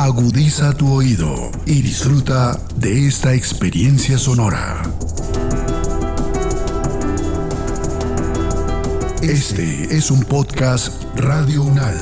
Agudiza tu oído y disfruta de esta experiencia sonora. Este es un podcast Radio Unal.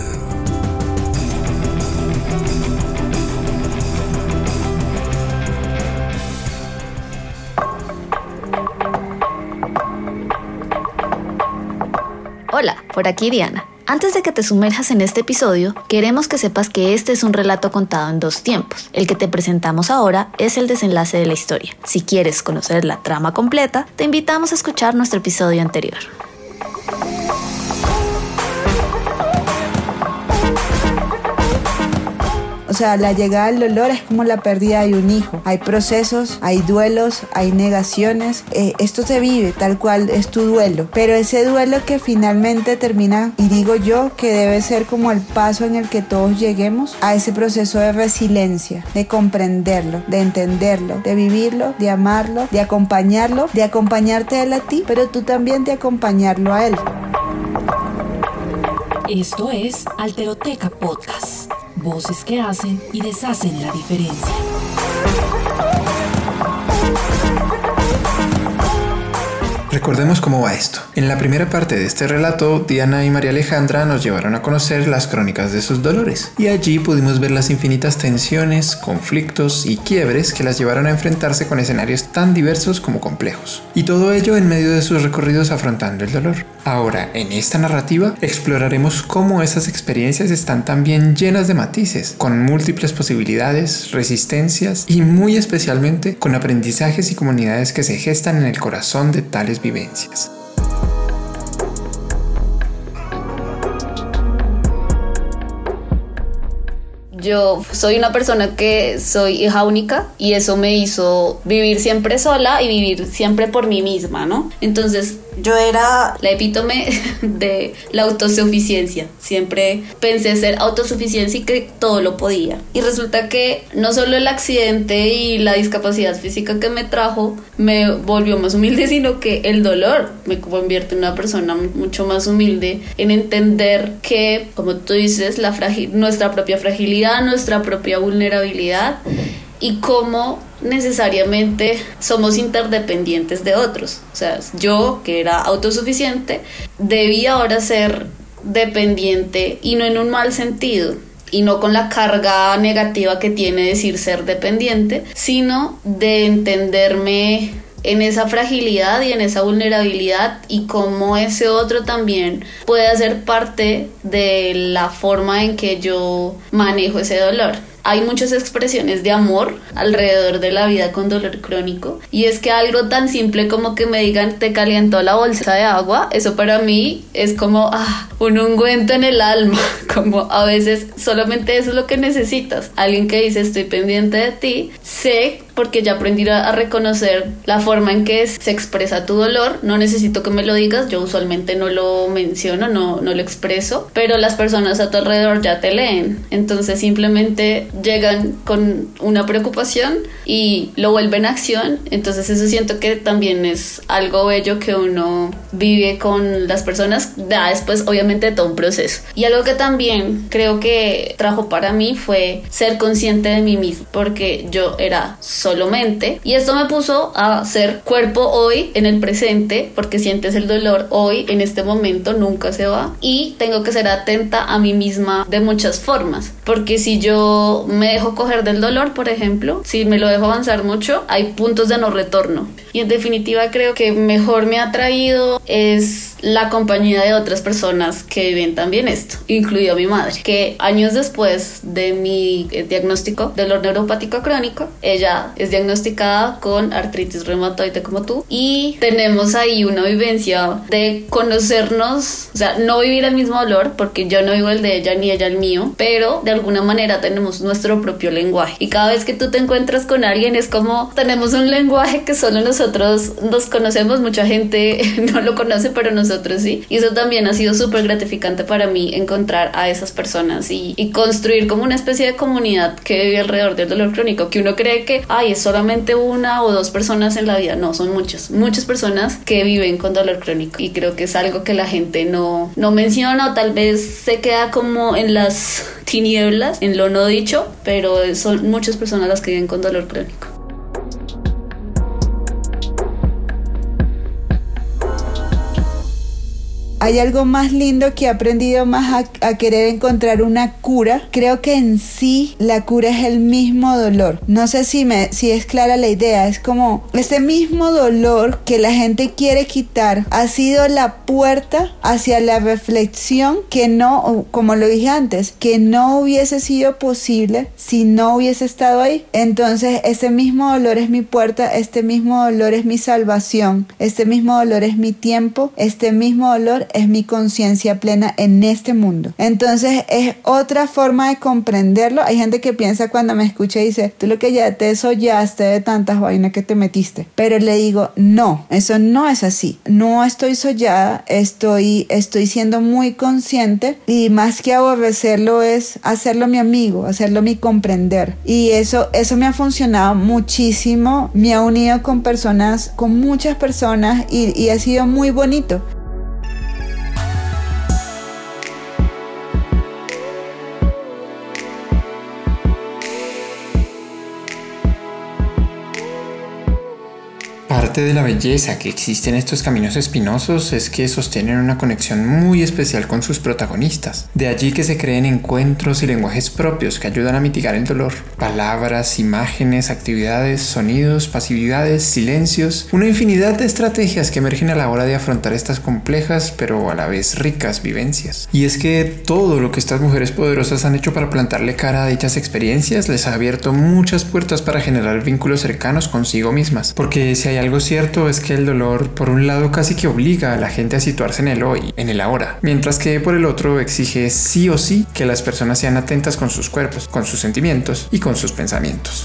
Hola, por aquí Diana. Antes de que te sumerjas en este episodio, queremos que sepas que este es un relato contado en 2 tiempos. El que te presentamos ahora es el desenlace de la historia. Si quieres conocer la trama completa, te invitamos a escuchar nuestro episodio anterior. O sea, la llegada del dolor es como la pérdida de un hijo. Hay procesos, hay duelos, hay negaciones. Esto se vive tal cual es tu duelo. Pero ese duelo que finalmente termina, y digo yo, que debe ser como el paso en el que todos lleguemos a ese proceso de resiliencia, de comprenderlo, de entenderlo, de vivirlo, de amarlo, de acompañarte a él a ti, pero tú también de acompañarlo a él. Esto es Alteroteca Podcast. Voces que hacen y deshacen la diferencia. Recordemos cómo va esto. En la primera parte de este relato, Diana y María Alejandra nos llevaron a conocer las crónicas de sus dolores, y allí pudimos ver las infinitas tensiones, conflictos y quiebres que las llevaron a enfrentarse con escenarios tan diversos como complejos. Y todo ello en medio de sus recorridos afrontando el dolor. Ahora, en esta narrativa, exploraremos cómo esas experiencias están también llenas de matices, con múltiples posibilidades, resistencias y muy especialmente con aprendizajes y comunidades que se gestan en el corazón de tales vivencias. Yo soy una persona que soy hija única y eso me hizo vivir siempre sola y vivir siempre por mí misma, ¿no? Entonces yo era la epítome de la autosuficiencia. Siempre pensé ser autosuficiente y que todo lo podía. Y resulta que no solo el accidente y la discapacidad física que me trajo me volvió más humilde, sino que el dolor me convierte en una persona mucho más humilde, en entender que, como tú dices, nuestra propia fragilidad, nuestra propia vulnerabilidad y cómo necesariamente somos interdependientes de otros. O sea, yo, que era autosuficiente, debía ahora ser dependiente, y no en un mal sentido, y no con la carga negativa que tiene decir ser dependiente, sino de entenderme en esa fragilidad y en esa vulnerabilidad, y cómo ese otro también puede ser parte de la forma en que yo manejo ese dolor. Hay muchas expresiones de amor alrededor de la vida con dolor crónico, y es que algo tan simple como que me digan te calientó la bolsa de agua, eso para mí es como un ungüento en el alma, como a veces solamente eso es lo que necesitas, alguien que dice estoy pendiente de ti, sé porque ya aprendí a reconocer la forma en que se expresa tu dolor, no necesito que me lo digas, yo usualmente no lo menciono, no lo expreso, pero las personas a tu alrededor ya te leen, entonces simplemente llegan con una preocupación y lo vuelven acción. Entonces eso siento que también es algo bello que uno vive con las personas, da después obviamente de todo un proceso. Y algo que también creo que trajo para mí fue ser consciente de mí mismo, porque yo era solo mente, y esto me puso a ser cuerpo hoy en el presente, porque sientes el dolor hoy en este momento, nunca se va, y tengo que ser atenta a mí misma de muchas formas, porque si yo me dejo coger del dolor, por ejemplo, si me lo dejo avanzar mucho, hay puntos de no retorno, y en definitiva creo que mejor me ha traído es la compañía de otras personas que viven también esto, incluido mi madre, que años después de mi diagnóstico de dolor neuropático crónico, ella es diagnosticada con artritis reumatoide como tú, y tenemos ahí una vivencia de conocernos, o sea, no vivir el mismo dolor, porque yo no vivo el de ella ni ella el mío, pero de alguna manera tenemos nuestro propio lenguaje, y cada vez que tú te encuentras con alguien es como tenemos un lenguaje que solo nosotros nos conocemos, mucha gente no lo conoce, pero nosotros sí, y eso también ha sido súper gratificante para mí, encontrar a esas personas y construir como una especie de comunidad que vive alrededor del dolor crónico, que uno cree que es solamente 1 o 2 personas en la vida, no, son muchas personas que viven con dolor crónico, y creo que es algo que la gente no menciona, o tal vez se queda como en las tinieblas, en lo no dicho, pero son muchas personas las que viven con dolor crónico. Hay algo más lindo que he aprendido más a querer encontrar una cura. Creo que en sí la cura es el mismo dolor. No sé si es clara la idea. Es como este mismo dolor que la gente quiere quitar ha sido la puerta hacia la reflexión que no, como lo dije antes, que no hubiese sido posible si no hubiese estado ahí. Entonces este mismo dolor es mi puerta, este mismo dolor es mi salvación, este mismo dolor es mi tiempo, este mismo dolor es mi conciencia plena en este mundo. Entonces es otra forma de comprenderlo. Hay gente que piensa cuando me escucha y dice, tú lo que ya te sollaste de tantas vainas que te metiste. Pero le digo, no, eso no es así. No estoy sollada, estoy siendo muy consciente, y más que aborrecerlo es hacerlo mi amigo, hacerlo mi comprender. Y eso me ha funcionado muchísimo. Me ha unido con personas, con muchas personas, y ha sido muy bonito. Parte de la belleza que existe en estos caminos espinosos es que sostienen una conexión muy especial con sus protagonistas. De allí que se creen encuentros y lenguajes propios que ayudan a mitigar el dolor. Palabras, imágenes, actividades, sonidos, pasividades, silencios. Una infinidad de estrategias que emergen a la hora de afrontar estas complejas pero a la vez ricas vivencias. Y es que todo lo que estas mujeres poderosas han hecho para plantarle cara a dichas experiencias les ha abierto muchas puertas para generar vínculos cercanos consigo mismas. Porque si hay algo cierto es que el dolor, por un lado, casi que obliga a la gente a situarse en el hoy, en el ahora, mientras que por el otro exige sí o sí que las personas sean atentas con sus cuerpos, con sus sentimientos y con sus pensamientos.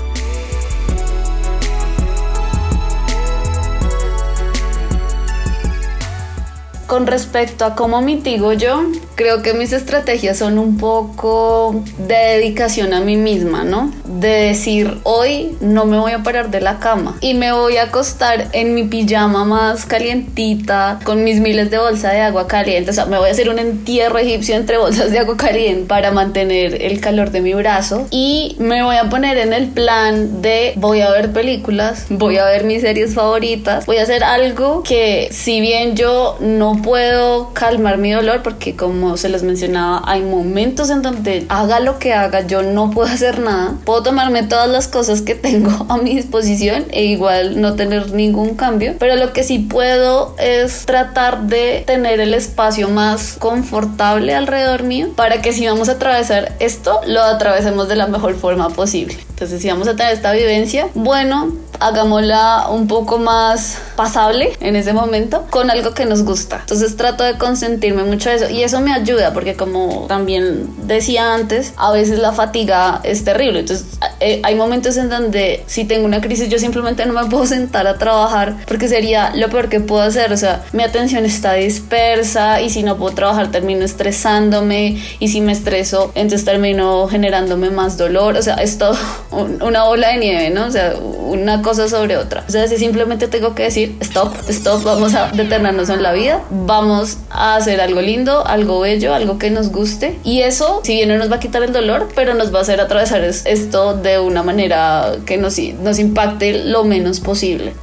Con respecto a cómo mitigo yo, creo que mis estrategias son un poco de dedicación a mí misma, ¿no? De decir, hoy no me voy a parar de la cama y me voy a acostar en mi pijama más calientita, con mis miles de bolsas de agua caliente. O sea, me voy a hacer un entierro egipcio entre bolsas de agua caliente para mantener el calor de mi brazo, y me voy a poner en el plan de voy a ver películas, voy a ver mis series favoritas, voy a hacer algo que, si bien yo no puedo calmar mi dolor, porque como se les mencionaba, hay momentos en donde haga lo que haga, yo no puedo hacer nada. Puedo tomarme todas las cosas que tengo a mi disposición e igual no tener ningún cambio, pero lo que sí puedo es tratar de tener el espacio más confortable alrededor mío, para que si vamos a atravesar esto, lo atravesemos de la mejor forma posible. Entonces, si vamos a tener esta vivencia, bueno, hagámosla un poco más pasable en ese momento con algo que nos gusta. Entonces trato de consentirme mucho de eso, y eso me ayuda porque, como también decía antes, a veces la fatiga es terrible. Entonces hay momentos en donde, si tengo una crisis, yo simplemente no me puedo sentar a trabajar porque sería lo peor que puedo hacer. O sea, mi atención está dispersa, y si no puedo trabajar termino estresándome, y si me estreso entonces termino generándome más dolor. O sea, es todo una bola de nieve, ¿no? O sea, una cosa sobre otra. O sea, si simplemente tengo que decir stop, vamos a detenernos en la vida, vamos a hacer algo lindo, algo bello, algo que nos guste, y eso, si bien no nos va a quitar el dolor, pero nos va a hacer atravesar esto de una manera que nos impacte lo menos posible.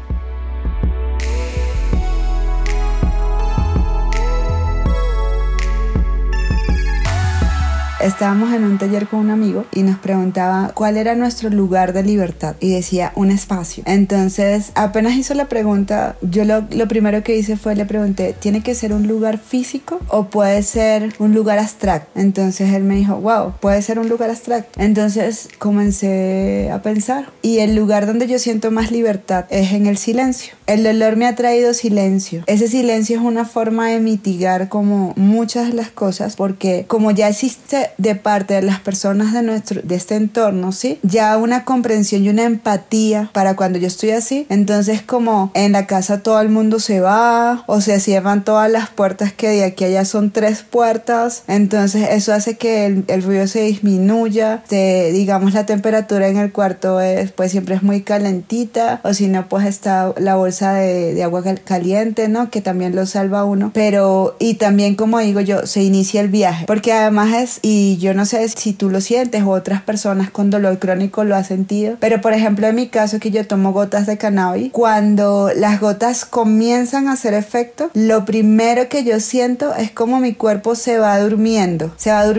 Estábamos en un taller con un amigo y nos preguntaba cuál era nuestro lugar de libertad, y decía un espacio. Entonces, apenas hizo la pregunta, yo lo primero que hice fue, le pregunté, ¿tiene que ser un lugar físico o puede ser un lugar abstracto? Entonces él me dijo, wow, puede ser un lugar abstracto. Entonces comencé a pensar, y el lugar donde yo siento más libertad es en el silencio. El dolor me ha traído silencio. Ese silencio es una forma de mitigar como muchas de las cosas, porque como ya existe de parte de las personas de este entorno, ¿sí? Ya una comprensión y una empatía para cuando yo estoy así. Entonces, como en la casa todo el mundo se va o se cierran todas las puertas, que de aquí a allá son 3 puertas, entonces eso hace que el ruido se disminuya. Digamos, la temperatura en el cuarto pues siempre es muy calentita, o si no, pues está la bolsa de agua caliente, ¿no? Que también lo salva a uno. Pero, y también, como digo yo, se inicia el viaje, porque además y yo no sé si tú lo sientes o otras personas con dolor crónico lo han sentido, pero por ejemplo en mi caso, que yo tomo gotas de cannabis, cuando las gotas comienzan a hacer efecto, lo primero que yo siento es como mi cuerpo se va durmiendo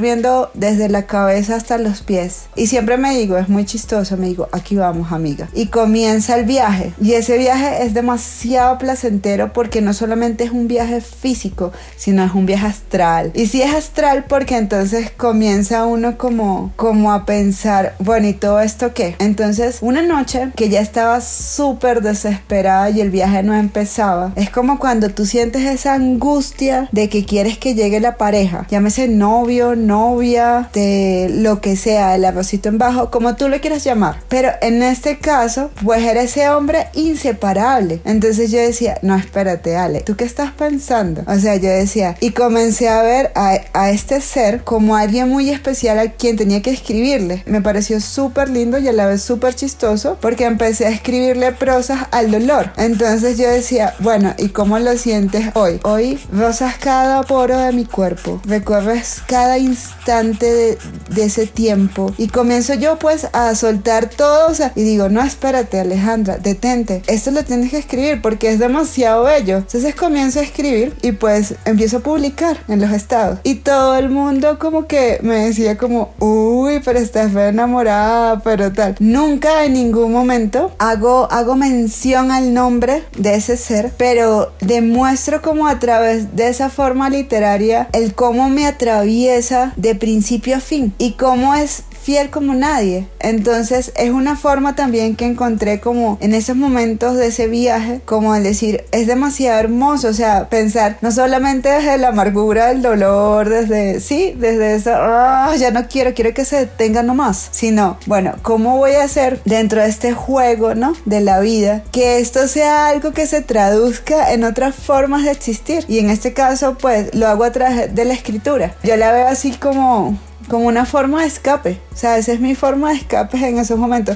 desde la cabeza hasta los pies, y siempre me digo, es muy chistoso, me digo, aquí vamos, amiga, y comienza el viaje, y ese viaje es demasiado placentero porque no solamente es un viaje físico, sino es un viaje astral. Y si es astral porque entonces comienza uno como a pensar, bueno, ¿y todo esto qué? Entonces una noche que ya estaba súper desesperada y el viaje no empezaba, es como cuando tú sientes esa angustia de que quieres que llegue la pareja, llámese novio, novia, de lo que sea, el arrocito en bajo, como tú lo quieras llamar, pero en este caso pues era ese hombre inseparable. Entonces yo decía, no, espérate, Ale, ¿tú qué estás pensando? O sea, yo decía, y comencé a ver a este ser como alguien muy especial a quien tenía que escribirle. Me pareció súper lindo y a la vez súper chistoso porque empecé a escribirle prosas al dolor. Entonces yo decía, bueno, ¿y cómo lo sientes hoy? Hoy rozas cada poro de mi cuerpo, recorres cada instante de ese tiempo, y comienzo yo pues a soltar todo, o sea, y digo, no, espérate, Alejandra, detente, esto lo tienes que escribir porque es demasiado bello. Entonces comienzo a escribir y pues empiezo a publicar en los estados, y todo el mundo como que me decía como, uy, pero estás enamorada, pero tal. Nunca en ningún momento hago mención al nombre de ese ser, pero demuestro como a través de esa forma literaria el cómo me atraviesa de principio a fin y cómo es fiel como nadie. Entonces es una forma también que encontré como en esos momentos de ese viaje, como al decir, es demasiado hermoso, o sea, pensar no solamente desde la amargura del dolor, desde eso, ya no quiero que se detenga nomás, sino, bueno, ¿cómo voy a hacer dentro de este juego, ¿no?, de la vida, que esto sea algo que se traduzca en otras formas de existir? Y en este caso pues lo hago a través de la escritura. Yo la veo así como una forma de escape, o sea, esa es mi forma de escape en esos momentos.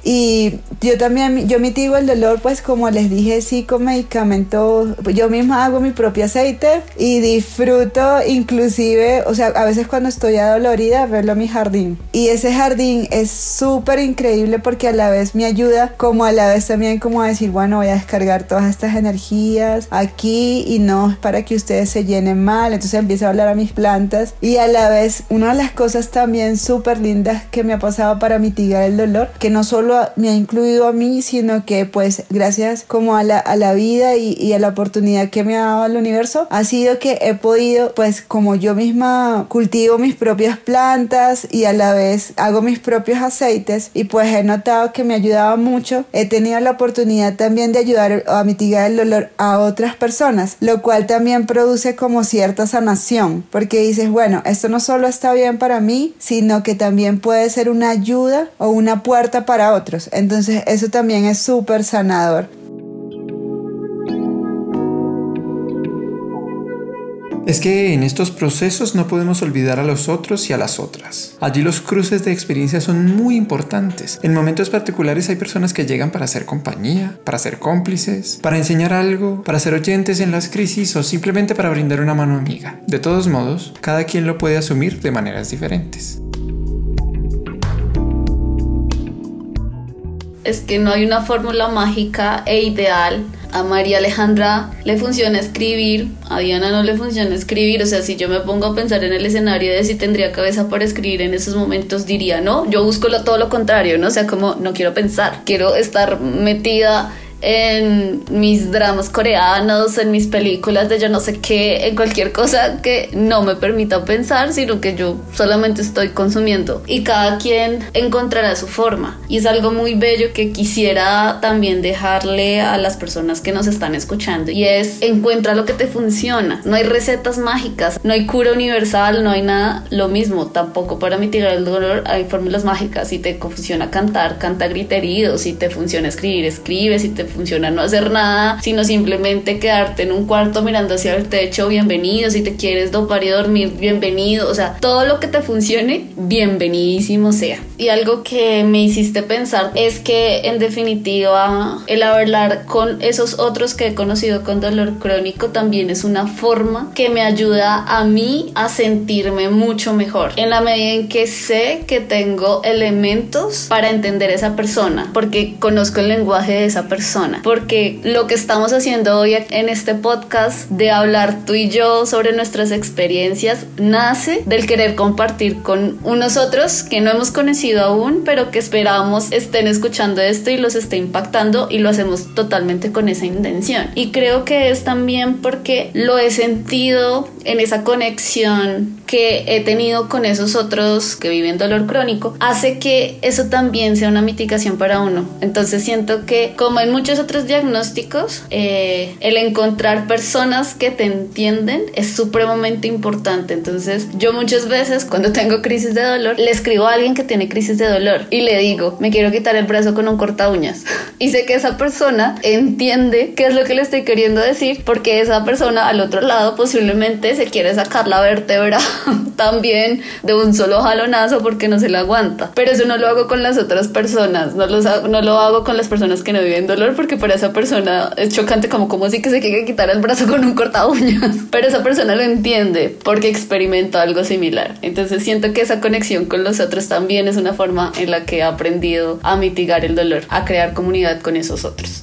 Y yo mitigo el dolor, pues como les dije, sí, con medicamentos. Yo misma hago mi propio aceite y disfruto, inclusive, o sea, a veces cuando estoy adolorida, verlo a mi jardín. Y ese jardín es súper increíble porque a la vez me ayuda, como a la vez también como a decir, bueno, voy a descargar todas estas energías aquí y no es para que ustedes se llenen mal. Entonces empiezo a hablar a mis plantas, y a la vez una de las cosas también súper lindas que me ha pasado para mitigar el dolor, que no solo me ha incluido a mí, sino que pues gracias como a la vida y a la oportunidad que me ha dado el universo, ha sido que he podido, pues como yo misma cultivo mis propias plantas y a la vez hago mis propios aceites, y pues he notado que me ayudaba mucho. He tenido la oportunidad también de ayudar a mitigar el dolor a otras personas, lo cual también produce como cierta sanación, porque dices, bueno, esto no solo está bien para mí, sino que también puede ser una ayuda o una puerta para otros. Entonces eso también es súper sanador. Es que en estos procesos no podemos olvidar a los otros y a las otras. Allí los cruces de experiencias son muy importantes. En momentos particulares hay personas que llegan para hacer compañía, para ser cómplices, para enseñar algo, para ser oyentes en las crisis o simplemente para brindar una mano amiga. De todos modos, cada quien lo puede asumir de maneras diferentes. Es que no hay una fórmula mágica e ideal. A María Alejandra le funciona escribir, a Diana no le funciona escribir. O sea, si yo me pongo a pensar en el escenario de si tendría cabeza para escribir en esos momentos, diría no, yo busco todo lo contrario, ¿no? O sea, como no quiero pensar, quiero estar metida en mis dramas coreanos, en mis películas de yo no sé qué, en cualquier cosa que no me permita pensar, sino que yo solamente estoy consumiendo, y cada quien encontrará su forma. Y es algo muy bello que quisiera también dejarle a las personas que nos están escuchando, y es: encuentra lo que te funciona. No hay recetas mágicas, no hay cura universal, no hay nada. Lo mismo tampoco para mitigar el dolor hay fórmulas mágicas. Si te funciona cantar, canta griterío. Si te funciona escribir, escribe. Si te funciona no hacer nada, sino simplemente quedarte en un cuarto mirando hacia el techo, bienvenido. Si te quieres dopar y dormir, bienvenido. O sea, todo lo que te funcione, bienvenidísimo sea. Y algo que me hiciste pensar es que en definitiva el hablar con esos otros que he conocido con dolor crónico también es una forma que me ayuda a mí a sentirme mucho mejor, en la medida en que sé que tengo elementos para entender a esa persona, porque conozco el lenguaje de esa persona, porque lo que estamos haciendo hoy en este podcast de hablar tú y yo sobre nuestras experiencias nace del querer compartir con unos otros que no hemos conocido aún, pero que esperamos estén escuchando esto y los esté impactando, y lo hacemos totalmente con esa intención. Y creo que es también porque lo he sentido en esa conexión que he tenido con esos otros que viven dolor crónico, hace que eso también sea una mitigación para uno. Entonces siento que, como en muchos otros diagnósticos, el encontrar personas que te entienden es supremamente importante. Entonces yo muchas veces cuando tengo crisis de dolor le escribo a alguien que tiene crisis de dolor y le digo, me quiero quitar el brazo con un corta uñas, y sé que esa persona entiende qué es lo que le estoy queriendo decir, porque esa persona al otro lado posiblemente se quiere sacar la vértebra también de un solo jalonazo porque no se la aguanta. Pero eso no lo hago con las otras personas, no lo hago con las personas que no viven dolor, porque para esa persona es chocante, como así que se quiere quitar el brazo con un corta uñas. Pero esa persona lo entiende porque experimentó algo similar. Entonces siento que esa conexión con los otros también es una forma en la que he aprendido a mitigar el dolor, a crear comunidad con esos otros.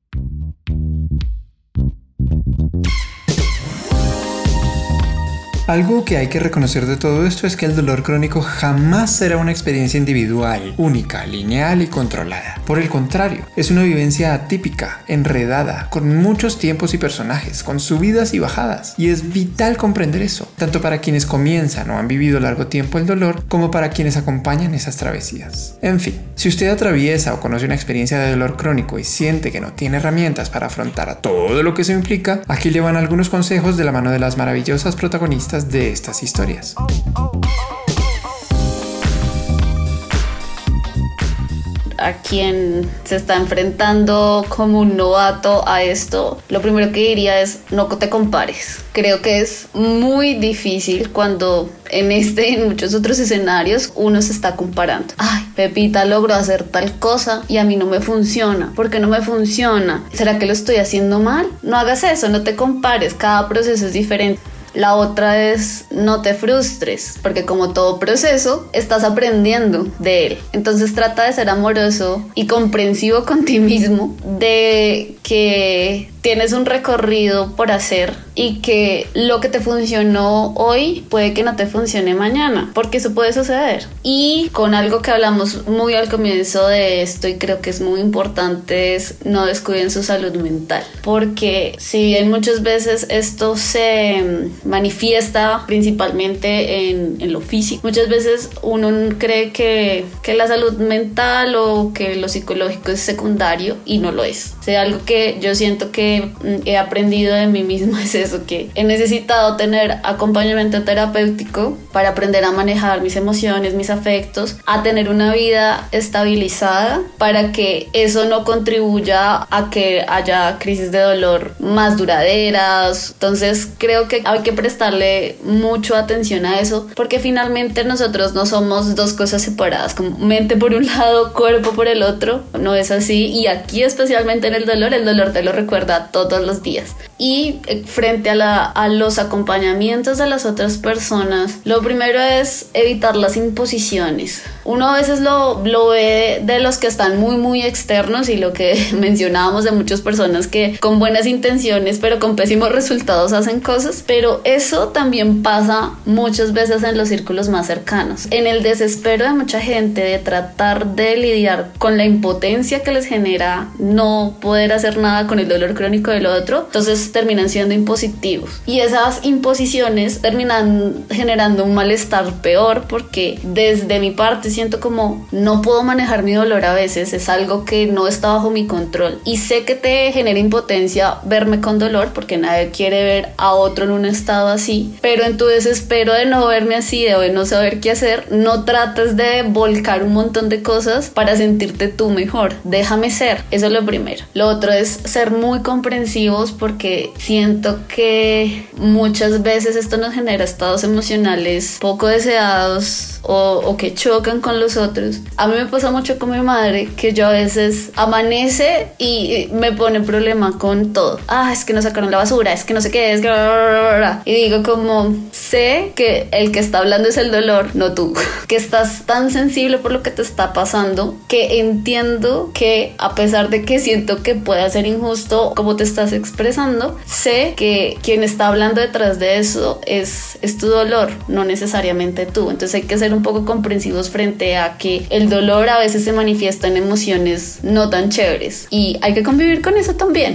Algo que hay que reconocer de todo esto es que el dolor crónico jamás será una experiencia individual, única, lineal y controlada. Por el contrario, es una vivencia atípica, enredada, con muchos tiempos y personajes, con subidas y bajadas. Y es vital comprender eso, tanto para quienes comienzan o han vivido largo tiempo el dolor, como para quienes acompañan esas travesías. En fin, si usted atraviesa o conoce una experiencia de dolor crónico y siente que no tiene herramientas para afrontar a todo lo que eso implica, aquí le van algunos consejos de la mano de las maravillosas protagonistas de estas historias. A quien se está enfrentando como un novato a esto, lo primero que diría es no te compares. Creo que es muy difícil cuando en muchos otros escenarios uno se está comparando. Ay, Pepita logró hacer tal cosa y a mí no me funciona. ¿Por qué no me funciona? ¿Será que lo estoy haciendo mal? No hagas eso, no te compares, cada proceso es diferente. La otra es no te frustres, porque como todo proceso, estás aprendiendo de él. Entonces trata de ser amoroso y comprensivo con ti mismo, de que tienes un recorrido por hacer y que lo que te funcionó hoy puede que no te funcione mañana, porque eso puede suceder. Y con algo que hablamos muy al comienzo de esto y creo que es muy importante, es no descuiden su salud mental, porque si bien muchas veces esto se manifiesta principalmente en lo físico, muchas veces uno cree que la salud mental o que lo psicológico es secundario, y no lo es. O sea, algo que yo siento que he aprendido de mí misma es eso, que he necesitado tener acompañamiento terapéutico para aprender a manejar mis emociones, mis afectos, a tener una vida estabilizada, para que eso no contribuya a que haya crisis de dolor más duraderas. Entonces creo que hay que prestarle mucho atención a eso, porque finalmente nosotros no somos dos cosas separadas, como mente por un lado, cuerpo por el otro. No es así, y aquí especialmente en el dolor te lo recuerda todos los días. Y frente a los acompañamientos de las otras personas, lo primero es evitar las imposiciones. Uno a veces lo ve de los que están muy muy externos, y lo que mencionábamos de muchas personas que con buenas intenciones pero con pésimos resultados hacen cosas, pero eso también pasa muchas veces en los círculos más cercanos, en el desespero de mucha gente de tratar de lidiar con la impotencia que les genera no poder hacer nada con el dolor crónico del otro. Entonces terminan siendo impositivos, y esas imposiciones terminan generando un malestar peor, porque desde mi parte veces siento como no puedo manejar mi dolor a veces, es algo que no está bajo mi control. Y sé que te genera impotencia verme con dolor porque nadie quiere ver a otro en un estado así, pero en tu desespero de no verme así, de no saber qué hacer, no trates de volcar un montón de cosas para sentirte tú mejor. Déjame ser, eso es lo primero. Lo otro es ser muy comprensivos porque siento que muchas veces esto nos genera estados emocionales poco deseados o que chocan con los otros. A mí me pasa mucho con mi madre que yo a veces amanece y me pone problema con todo. Es que no sacaron la basura, es que no sé qué, es que... Y digo como, sé que el que está hablando es el dolor, no tú. Que estás tan sensible por lo que te está pasando que entiendo que a pesar de que siento que pueda ser injusto como te estás expresando, sé que quien está hablando detrás de eso es tu dolor, no necesariamente tú. Entonces hay que ser un poco comprensivos frente a que el dolor a veces se manifiesta en emociones no tan chéveres y hay que convivir con eso también.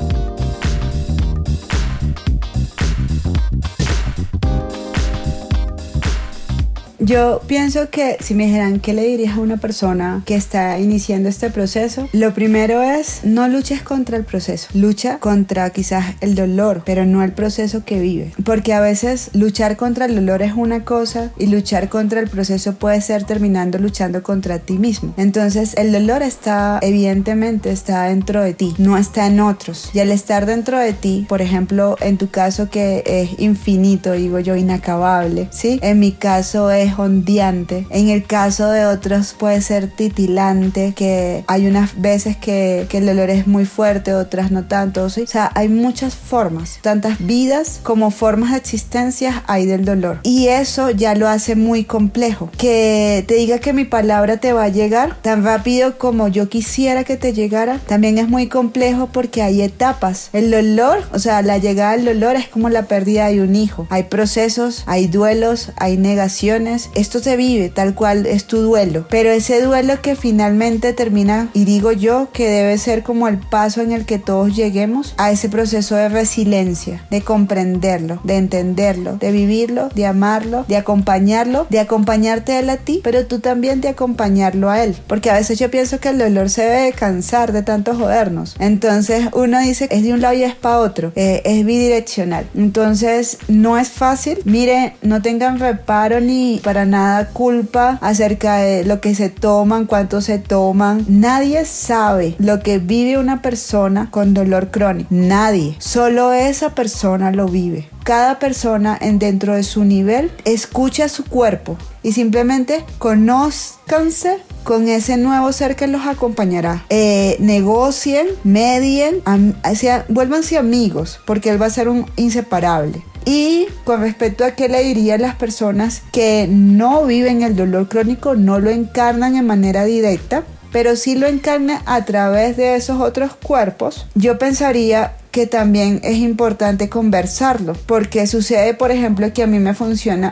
Yo pienso que si me dijeran qué le dirías a una persona que está iniciando este proceso, lo primero es no luches contra el proceso, lucha contra quizás el dolor, pero no el proceso que vive, porque a veces luchar contra el dolor es una cosa y luchar contra el proceso puede ser terminando luchando contra ti mismo. Entonces el dolor evidentemente está dentro de ti, no está en otros, y al estar dentro de ti, por ejemplo en tu caso que es infinito, digo yo, inacabable, ¿sí? En mi caso es ondeante, en el caso de otros puede ser titilante, que hay unas veces que el dolor es muy fuerte, otras no tanto, ¿sí? O sea, hay muchas formas, tantas vidas como formas de existencia hay del dolor, y eso ya lo hace muy complejo. Que te diga que mi palabra te va a llegar tan rápido como yo quisiera que te llegara, también es muy complejo porque hay etapas. El dolor, o sea, la llegada del dolor es como la pérdida de un hijo, hay procesos, hay duelos, hay negaciones. Esto se vive tal cual es tu duelo, pero ese duelo que finalmente termina, y digo yo que debe ser como el paso en el que todos lleguemos a ese proceso de resiliencia, de comprenderlo, de entenderlo, de vivirlo, de amarlo, de acompañarlo, de acompañarte a él a ti, pero tú también de acompañarlo a él, porque a veces yo pienso que el dolor se debe cansar de tanto jodernos. Entonces uno dice es de un lado y es para otro, es bidireccional. Entonces no es fácil. Mire, no tengan reparo ni para nada culpa acerca de lo que se toman, cuánto se toman. Nadie sabe lo que vive una persona con dolor crónico. Nadie. Solo esa persona lo vive. Cada persona dentro de su nivel escucha su cuerpo y simplemente conózcanse con ese nuevo ser que los acompañará. Negocien, medien, vuélvanse amigos porque él va a ser un inseparable. Y con respecto a qué le diría a las personas que no viven el dolor crónico, no lo encarnan de manera directa, pero sí lo encarnan a través de esos otros cuerpos, yo pensaría que también es importante conversarlo, porque sucede, por ejemplo, que a mí me funciona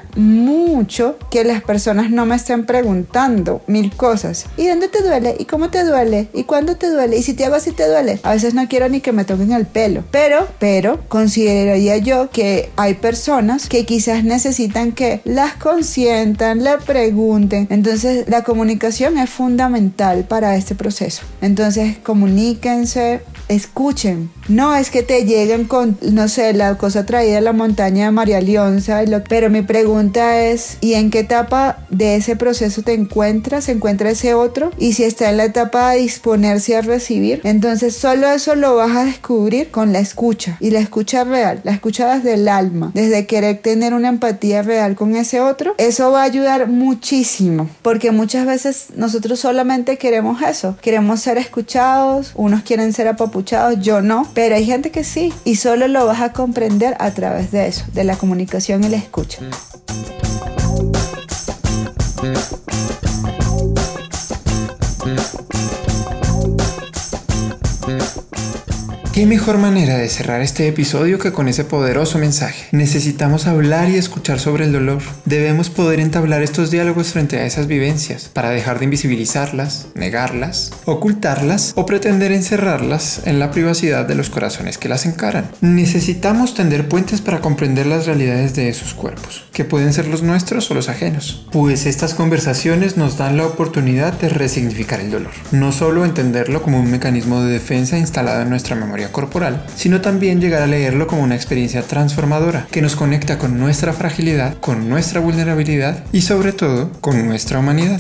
mucho que las personas no me estén preguntando mil cosas. ¿Y dónde te duele? ¿Y cómo te duele? ¿Y cuándo te duele? ¿Y si te hago así te duele? A veces no quiero ni que me toquen el pelo, pero consideraría yo que hay personas que quizás necesitan que las consientan, le pregunten. Entonces la comunicación es fundamental para este proceso. Entonces comuníquense, escuchen. No es que te lleguen con, no sé, la cosa traída de la montaña de María Leonza, pero mi pregunta es, ¿y en qué etapa de ese proceso te encuentras? ¿Se encuentra ese otro? Y si está en la etapa de disponerse a recibir, entonces solo eso lo vas a descubrir con la escucha, y la escucha real, la escucha desde el alma, desde querer tener una empatía real con ese otro. Eso va a ayudar muchísimo, porque muchas veces nosotros solamente queremos eso, queremos ser escuchados, unos quieren ser apapuchados, yo no. Pero hay gente que sí, y solo lo vas a comprender a través de eso, de la comunicación y la escucha. ¿Qué mejor manera de cerrar este episodio que con ese poderoso mensaje? Necesitamos hablar y escuchar sobre el dolor. Debemos poder entablar estos diálogos frente a esas vivencias para dejar de invisibilizarlas, negarlas, ocultarlas o pretender encerrarlas en la privacidad de los corazones que las encaran. Necesitamos tender puentes para comprender las realidades de esos cuerpos, que pueden ser los nuestros o los ajenos, pues estas conversaciones nos dan la oportunidad de resignificar el dolor, no solo entenderlo como un mecanismo de defensa instalado en nuestra memoria corporal, sino también llegar a leerlo como una experiencia transformadora que nos conecta con nuestra fragilidad, con nuestra vulnerabilidad y sobre todo con nuestra humanidad.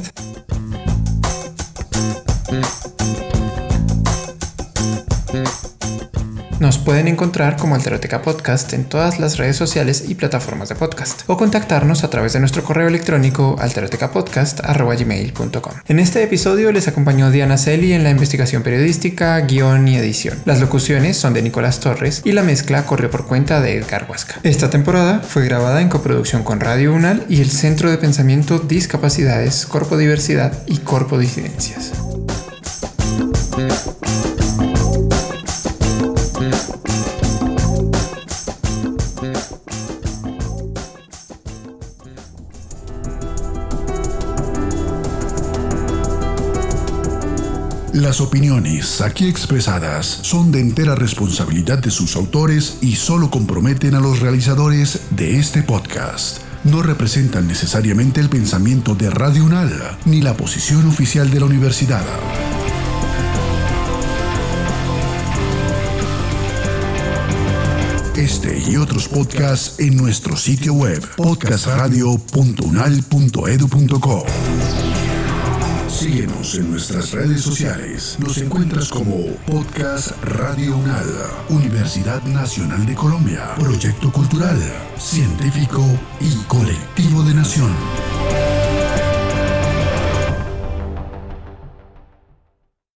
Nos pueden encontrar como Alteroteca Podcast en todas las redes sociales y plataformas de podcast o contactarnos a través de nuestro correo electrónico alterotecapodcast@gmail.com. En este episodio les acompañó Diana Celi en la investigación periodística, guión y edición. Las locuciones son de Nicolás Torres y la mezcla corrió por cuenta de Edgar Huasca. Esta temporada fue grabada en coproducción con Radio UNAL y el Centro de Pensamiento Discapacidades, Corpodiversidad y Corpodisidencias. Las opiniones aquí expresadas son de entera responsabilidad de sus autores y solo comprometen a los realizadores de este podcast. No representan necesariamente el pensamiento de Radio UNAL ni la posición oficial de la universidad. Este y otros podcasts en nuestro sitio web podcastradio.unal.edu.co. Síguenos en nuestras redes sociales. Nos encuentras como Podcast Radio UNAL, Universidad Nacional de Colombia, proyecto cultural, científico y colectivo de nación.